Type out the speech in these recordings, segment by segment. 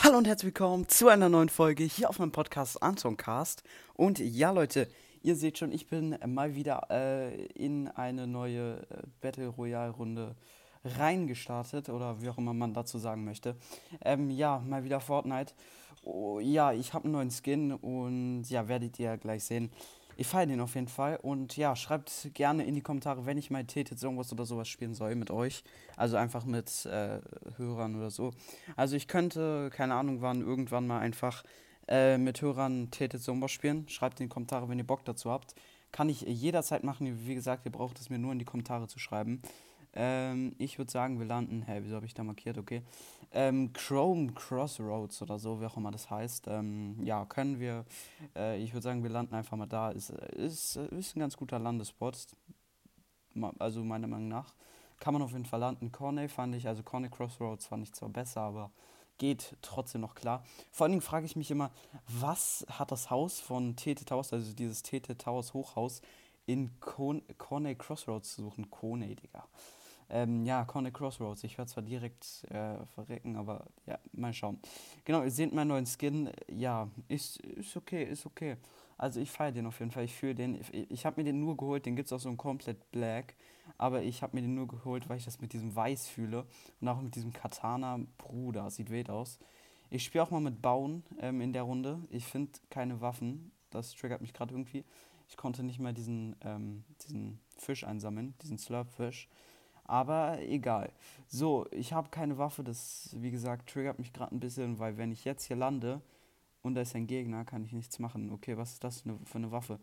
Hallo und herzlich willkommen zu einer neuen Folge hier auf meinem Podcast Antoncast. Und ja, Leute, ihr seht schon, ich bin mal wieder in eine neue Battle Royale Runde reingestartet oder wie auch immer man dazu sagen möchte. Ja, mal wieder Fortnite. Oh, ja, ich habe einen neuen Skin und ja, werdet ihr gleich sehen. Ich feiere den auf jeden Fall und ja, schreibt gerne in die Kommentare, wenn ich mal Tetet irgendwas oder sowas spielen soll mit euch. Also einfach mit Hörern oder so. Also ich könnte, keine Ahnung wann, irgendwann mal einfach mit Hörern Tete Zomba spielen. Schreibt in die Kommentare, wenn ihr Bock dazu habt. Kann ich jederzeit machen. Wie gesagt, ihr braucht es mir nur in die Kommentare zu schreiben. Ich würde sagen, wir landen. Hä, wieso habe ich da markiert? Okay. Chrome Crossroads oder so, wie auch immer das heißt. Ja, können wir. Ich würde sagen, wir landen einfach mal da. Ist ein ganz guter Landespot. Also meiner Meinung nach. Kann man auf jeden Fall landen. Corney fand ich, also Corney Crossroads fand ich zwar besser, aber geht trotzdem noch klar. Vor allen Dingen frage ich mich immer, was hat das Haus von Tete Towers, also dieses Tete Towers Hochhaus, in Corney Crossroads zu suchen? Corney, Digga. Ja, Corney Crossroads. Ich werde zwar direkt verrecken, aber ja, mal schauen. Genau, ihr seht meinen neuen Skin. Ja, ist okay, ist okay. Also ich feiere den auf jeden Fall. Ich fühle den. Ich habe mir den nur geholt. Den gibt es auch so ein komplett Black. Aber ich habe mir den nur geholt, weil ich das mit diesem Weiß fühle. Und auch mit diesem Katana. Bruder, sieht wild aus. Ich spiele auch mal mit Bauen in der Runde. Ich finde keine Waffen. Das triggert mich gerade irgendwie. Ich konnte nicht mal diesen Fisch einsammeln. Diesen Slurpfisch. Aber egal. So, ich habe keine Waffe, das, wie gesagt, triggert mich gerade ein bisschen, weil wenn ich jetzt hier lande und da ist ein Gegner, kann ich nichts machen. Okay, was ist das für eine Waffe?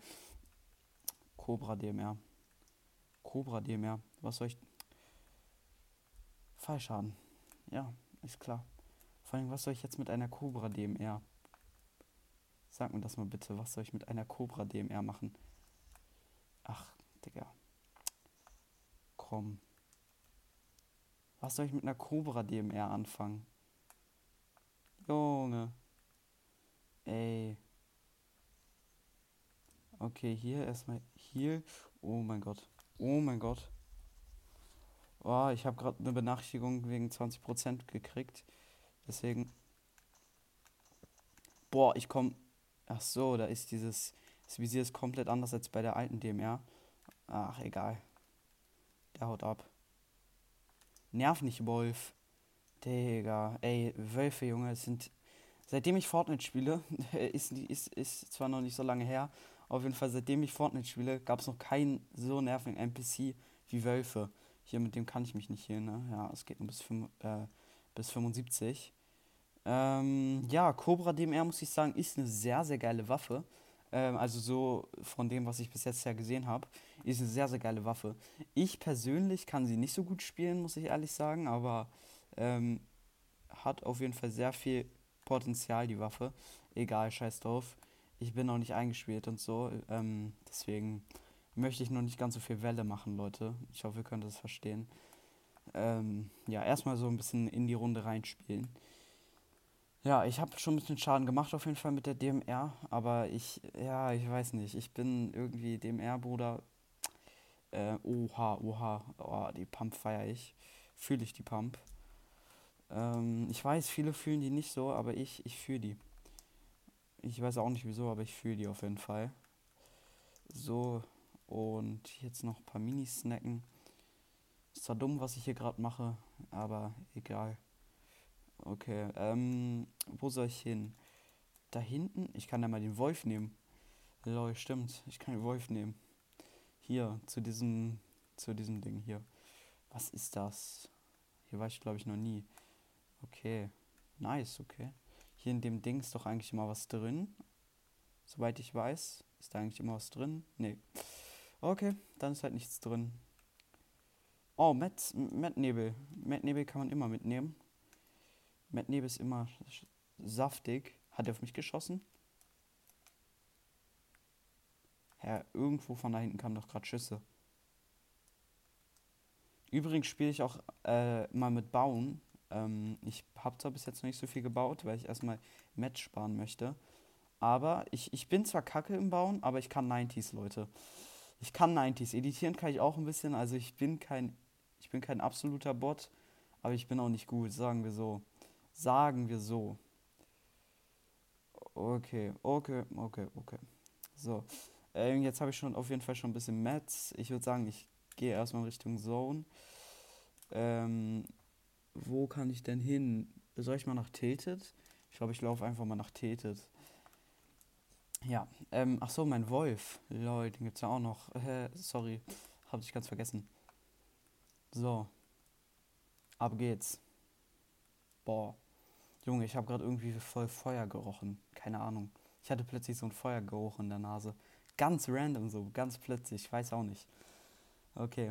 Cobra DMR. Cobra DMR. Was soll ich... Fallschaden. Ja, ist klar. Vor allem, was soll ich jetzt mit einer Cobra DMR? Sag mir das mal bitte. Was soll ich mit einer Cobra DMR machen? Ach, Digga. Komm. Was soll ich mit einer Cobra DMR anfangen? Junge. Ey. Okay, hier erstmal hier. Oh mein Gott. Oh mein Gott. Oh, ich habe gerade eine Benachrichtigung wegen 20% gekriegt. Deswegen. Boah, ich komme. Ach so, da ist dieses. Das Visier ist komplett anders als bei der alten DMR. Ach, egal. Der haut ab. Nerv nicht, Wolf. Digga. Ey, Wölfe, Junge, es sind. Seitdem ich Fortnite spiele, ist zwar noch nicht so lange her, auf jeden Fall seitdem ich Fortnite spiele, gab es noch keinen so nervigen NPC wie Wölfe. Hier, mit dem kann ich mich nicht hier, ne? Ja, es geht nur bis 75. Ja, Cobra DMR, muss ich sagen, ist eine sehr, sehr geile Waffe. Also so von dem, was ich bis jetzt ja gesehen habe, ist eine sehr, sehr geile Waffe. Ich persönlich kann sie nicht so gut spielen, muss ich ehrlich sagen, aber ähm, hat auf jeden Fall sehr viel Potenzial, die Waffe. Egal, scheiß drauf. Ich bin noch nicht eingespielt und so. Deswegen möchte ich noch nicht ganz so viel Welle machen, Leute. Ich hoffe, ihr könnt das verstehen. Ja, erstmal so ein bisschen in die Runde reinspielen. Ja, ich habe schon ein bisschen Schaden gemacht auf jeden Fall mit der DMR, aber ich weiß nicht. Ich bin irgendwie DMR-Bruder. Oha. Oh, die Pump feiere ich. Fühle ich die Pump. Ich weiß, viele fühlen die nicht so, aber ich fühle die. Ich weiß auch nicht wieso, aber ich fühle die auf jeden Fall. So, und jetzt noch ein paar Mini-Snacken. Ist zwar dumm, was ich hier gerade mache, aber egal. Okay, wo soll ich hin? Da hinten? Ich kann ja mal den Wolf nehmen. Lol, stimmt. Ich kann den Wolf nehmen. Hier, zu diesem Ding hier. Was ist das? Hier war ich, glaube ich, noch nie. Okay. Nice, okay. Hier in dem Ding ist doch eigentlich immer was drin. Soweit ich weiß, ist da eigentlich immer was drin? Nee. Okay, dann ist halt nichts drin. Oh, Mettnebel. Mettnebel kann man immer mitnehmen. Mettnebel ist immer saftig. Hat er auf mich geschossen? Ja, irgendwo von da hinten kamen doch gerade Schüsse. Übrigens spiele ich auch mal mit Bauen. Ich habe zwar bis jetzt noch nicht so viel gebaut, weil ich erstmal Match sparen möchte. Aber ich bin zwar kacke im Bauen, aber ich kann 90s, Leute. Ich kann 90s. Editieren kann ich auch ein bisschen. Also ich bin kein absoluter Bot, aber ich bin auch nicht gut, sagen wir so. Sagen wir so. Okay. So, jetzt habe ich schon auf jeden Fall schon ein bisschen Mats. Ich würde sagen, ich gehe erstmal in Richtung Zone. Ähm, Wo kann ich denn hin? Soll ich mal nach Tilted? Ich glaube, ich laufe einfach mal nach Tilted. Ja, ach so, mein Wolf. Lol, den gibt's ja auch noch. Sorry, hab ich ganz vergessen. So, ab geht's. Boah, Junge, ich habe gerade irgendwie voll Feuer gerochen. Keine Ahnung. Ich hatte plötzlich so einen Feuergeruch in der Nase. Ganz random so, ganz plötzlich, ich weiß auch nicht. Okay,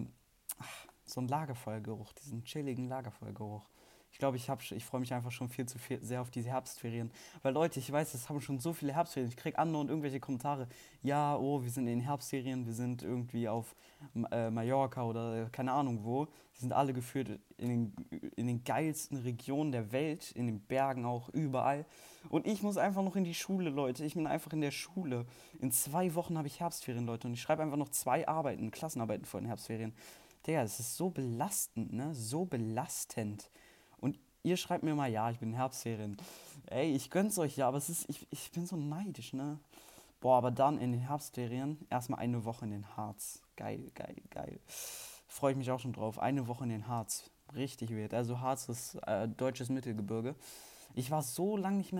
so ein Lagerfeuergeruch, diesen chilligen Lagerfeuergeruch. Ich glaube, ich freue mich einfach schon viel zu viel, sehr auf diese Herbstferien. Weil Leute, ich weiß, es haben schon so viele Herbstferien. Ich kriege andauernd irgendwelche Kommentare. Ja, oh, wir sind in den Herbstferien, wir sind irgendwie auf Mallorca oder keine Ahnung wo. Wir sind alle geführt in den geilsten Regionen der Welt, in den Bergen auch, überall. Und ich muss einfach noch in die Schule, Leute. Ich bin einfach in der Schule. In 2 Wochen habe ich Herbstferien, Leute. Und ich schreibe einfach noch 2 Arbeiten, Klassenarbeiten vor den Herbstferien. Digga, es ist so belastend, ne? So belastend. Und ihr schreibt mir mal, ja, ich bin in Herbstferien. Ey, ich gönn's euch ja, aber ich bin so neidisch, ne? Boah, aber dann in den Herbstferien erstmal eine Woche in den Harz. Geil. Freue ich mich auch schon drauf. Eine Woche in den Harz. Richtig weird. Also Harz ist deutsches Mittelgebirge. Ich war so lange nicht mehr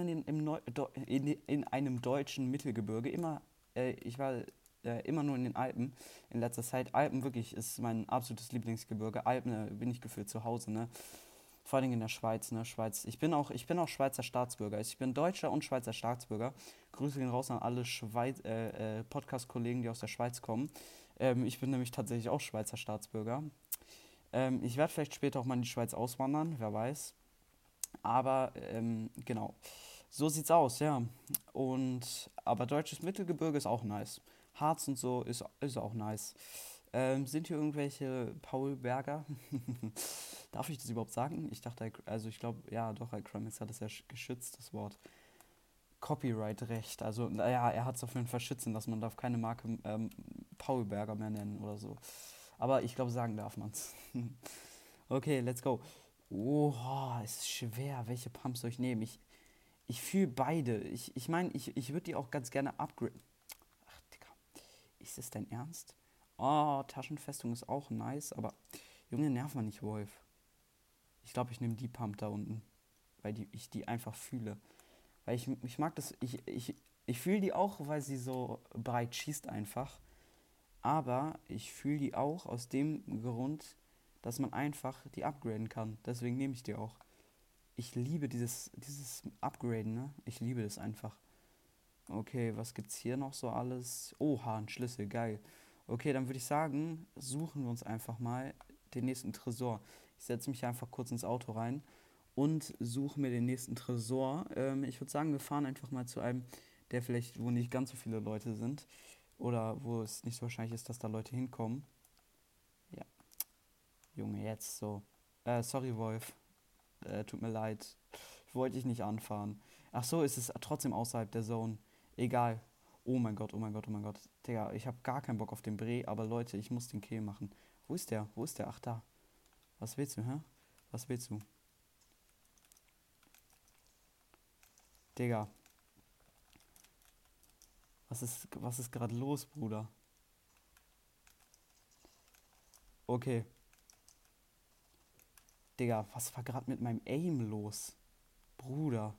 in einem deutschen Mittelgebirge. Ich war immer nur in den Alpen in letzter Zeit. Alpen wirklich ist mein absolutes Lieblingsgebirge. Alpen bin ich gefühlt zu Hause, ne? Vor allem in der Schweiz, ne? Schweiz. Ich bin auch Schweizer Staatsbürger. Ich bin Deutscher und Schweizer Staatsbürger. Grüße gehen raus an alle Podcast-Kollegen, die aus der Schweiz kommen. Ich bin nämlich tatsächlich auch Schweizer Staatsbürger. Ich werde vielleicht später auch mal in die Schweiz auswandern, wer weiß. Aber genau, so sieht's aus, ja. Aber deutsches Mittelgebirge ist auch nice. Harz und so ist auch nice. Sind hier irgendwelche Paul Berger? Darf ich das überhaupt sagen? Ich dachte, also ich glaube, ja, doch, Acromix hat es ja geschützt, das Wort. Copyright-Recht. Also, naja, er hat es auf jeden Fall schützen, dass man darf keine Marke Paul Berger mehr nennen oder so. Aber ich glaube, sagen darf man's. Okay, let's go. Oha, es ist schwer. Welche Pumps soll ich nehmen? Ich fühle beide. Ich meine, ich würde die auch ganz gerne upgraden. Ach, Digga, ist das dein Ernst? Oh, Taschenfestung ist auch nice, aber Junge, nerv mal nicht, Wolf. Ich glaube, ich nehme die Pump da unten, weil ich die einfach fühle. Weil ich mag das, ich fühle die auch, weil sie so breit schießt einfach. Aber ich fühle die auch aus dem Grund, dass man einfach die upgraden kann. Deswegen nehme ich die auch. Ich liebe dieses Upgraden, ne? Ich liebe das einfach. Okay, was gibt's hier noch so alles? Oha, ein Schlüssel, geil. Okay, dann würde ich sagen, suchen wir uns einfach mal den nächsten Tresor. Ich setze mich einfach kurz ins Auto rein und suche mir den nächsten Tresor. Ich würde sagen, wir fahren einfach mal zu einem, der vielleicht, wo nicht ganz so viele Leute sind oder wo es nicht so wahrscheinlich ist, dass da Leute hinkommen. Ja, Junge, jetzt so. Sorry, Wolf. Tut mir leid. Wollte ich nicht anfahren. Ach so, ist es trotzdem außerhalb der Zone. Egal. Oh mein Gott. Digga, ich habe gar keinen Bock auf den Bre, aber Leute, ich muss den Kill machen. Wo ist der? Wo ist der? Ach, da. Was willst du, hä? Was willst du? Digga, was ist gerade los, Bruder? Okay. Digga, was war gerade mit meinem Aim los? Bruder.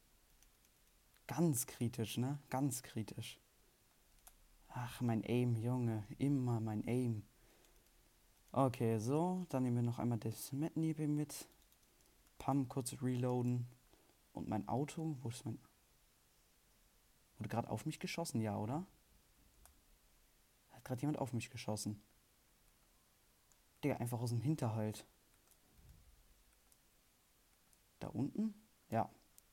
Ganz kritisch, ne? Ganz kritisch. Ach, mein Aim, Junge. Immer mein Aim. Okay, so. Dann nehmen wir noch einmal das Metnebel mit. Pam, kurz reloaden. Und mein Auto? Wo ist mein... Wurde gerade auf mich geschossen? Ja, oder? Hat gerade jemand auf mich geschossen? Digga, einfach aus dem Hinterhalt. Da unten? Ja.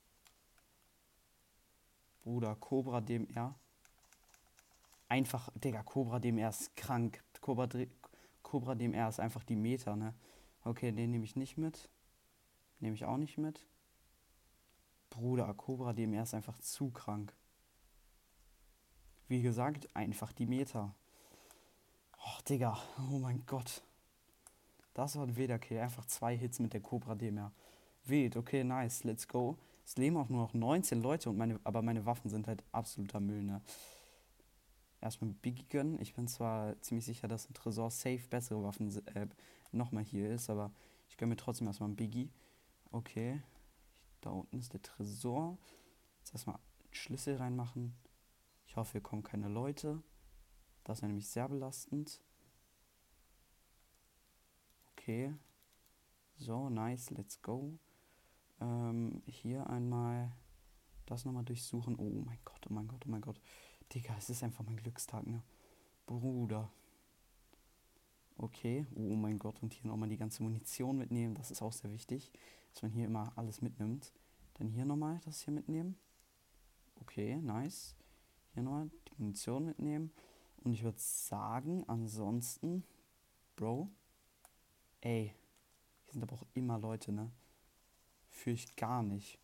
Bruder, Cobra DMR. Einfach, Digga, Cobra DMR ist krank. Cobra DMR ist einfach die Meta, ne? Okay, den nehme ich nicht mit. Nehme ich auch nicht mit. Bruder, Cobra DMR ist einfach zu krank. Wie gesagt, einfach die Meta. Och, Digga, oh mein Gott. Das war ein Wiederkill. Einfach 2 Hits mit der Cobra DMR. Wild, okay, nice, let's go. Es leben auch nur noch 19 Leute, aber meine Waffen sind halt absoluter Müll, ne? Erstmal Biggie gönnen. Ich bin zwar ziemlich sicher, dass ein Tresor safe bessere Waffen nochmal hier ist, aber ich gönne mir trotzdem erstmal einen Biggie. Okay, da unten ist der Tresor. Jetzt erstmal Schlüssel reinmachen. Ich hoffe, hier kommen keine Leute. Das wäre nämlich sehr belastend. Okay. So, nice, let's go. Hier einmal das nochmal durchsuchen. Oh mein Gott, oh mein Gott, oh mein Gott. Digga, es ist einfach mein Glückstag, ne? Bruder. Okay, oh mein Gott, und hier nochmal die ganze Munition mitnehmen. Das ist auch sehr wichtig, dass man hier immer alles mitnimmt. Dann hier nochmal das hier mitnehmen. Okay, nice. Hier nochmal die Munition mitnehmen. Und ich würde sagen, ansonsten, Bro, ey, hier sind aber auch immer Leute, ne? Fühle ich gar nicht.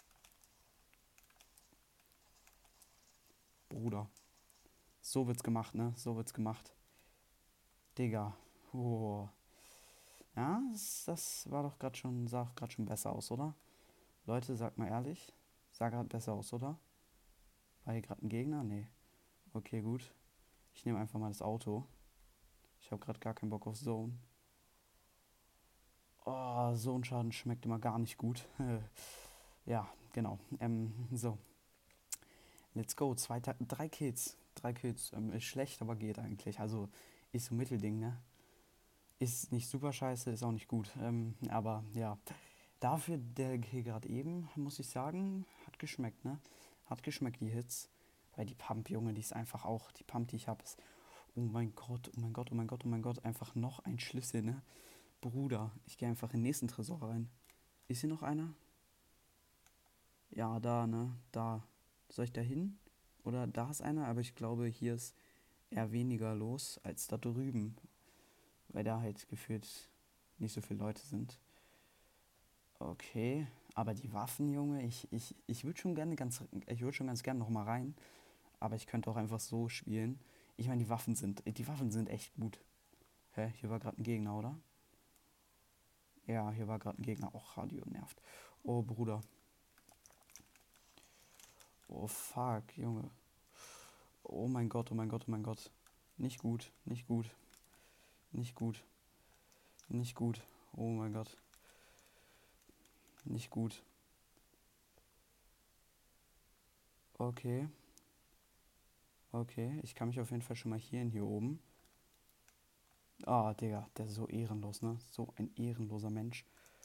Bruder. So wird's gemacht, ne? So wird's gemacht. Digga. Oh. Ja, das war doch sah gerade schon besser aus, oder? Leute, sagt mal ehrlich. Sah gerade besser aus, oder? War hier gerade ein Gegner? Nee. Okay, gut. Ich nehme einfach mal das Auto. Ich habe gerade gar keinen Bock auf Zone. Oh, Zone-Schaden schmeckt immer gar nicht gut. Ja, genau. So. Let's go. Drei Kills. Drei Kills. Ist schlecht, aber geht eigentlich. Also ist so Mittelding, ne? Ist nicht super scheiße, ist auch nicht gut. Aber ja. Dafür der Kill gerade eben, muss ich sagen, hat geschmeckt, ne? Hat geschmeckt, die Hits. Weil die Pump, Junge, die ist einfach auch, die Pump, die ich habe, ist, oh mein Gott, oh mein Gott, oh mein Gott, oh mein Gott, einfach noch ein Schlüssel, ne? Bruder, ich gehe einfach in den nächsten Tresor rein. Ist hier noch einer? Ja, da, ne? Da. Soll ich da hin? Oder da ist einer, aber ich glaube, hier ist eher weniger los als da drüben. Weil da halt gefühlt nicht so viele Leute sind. Okay, aber die Waffen, Junge, ich würde schon gerne ich würde schon ganz gerne noch mal rein, aber ich könnte auch einfach so spielen. Ich meine, die Waffen sind echt gut. Hä, hier war gerade ein Gegner, oder? Ja, hier war gerade ein Gegner. Och, Radio nervt. Oh, Bruder. Oh, fuck, Junge. Oh mein Gott, oh mein Gott, oh mein Gott. Nicht gut, nicht gut, nicht gut, nicht gut. Oh mein Gott, nicht gut. Okay, okay. Ich kann mich auf jeden Fall schon mal hier oben. Ah, Digga, der ist so ehrenlos, ne? So ein ehrenloser Mensch.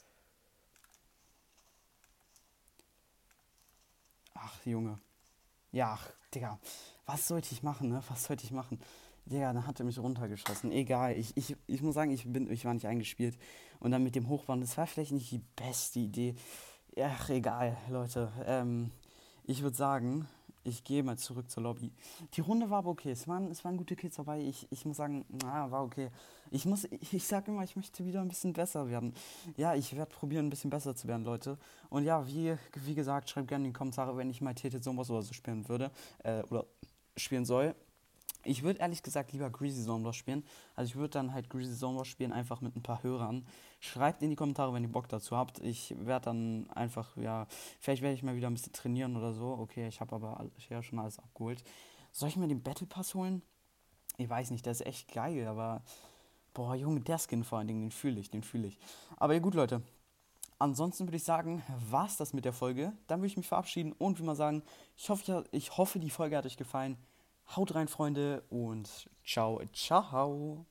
Ach, Junge. Ja, ach, Digga. Was sollte ich machen, ne? Was sollte ich machen? Digga, dann hat er mich runtergeschossen. Egal, ich muss sagen, ich war nicht eingespielt. Und dann mit dem Hochbauen, das war vielleicht nicht die beste Idee. Ach, egal, Leute. Ich würde sagen, ich gehe mal zurück zur Lobby. Die Runde war aber okay. Es waren gute Kills dabei. Ich muss sagen, war okay. Ich sag immer, ich möchte wieder ein bisschen besser werden. Ja, ich werde probieren, ein bisschen besser zu werden, Leute. Und ja, wie gesagt, schreibt gerne in die Kommentare, wenn ich mal TT Sombos oder so spielen würde. Oder spielen soll. Ich würde ehrlich gesagt lieber Greasy Zone Wars spielen. Also ich würde dann halt Greasy Zone Wars spielen, einfach mit ein paar Hörern. Schreibt in die Kommentare, wenn ihr Bock dazu habt. Ich werde dann einfach, ja, vielleicht werde ich mal wieder ein bisschen trainieren oder so. Okay, ich habe aber ja schon alles abgeholt. Soll ich mir den Battle Pass holen? Ich weiß nicht, der ist echt geil, aber boah, Junge, der Skin vor allen Dingen, den fühle ich, den fühle ich. Aber ja gut, Leute. Ansonsten würde ich sagen, war's das mit der Folge. Dann würde ich mich verabschieden und wie mal sagen, ich hoffe, die Folge hat euch gefallen. Haut rein, Freunde, und ciao, ciao.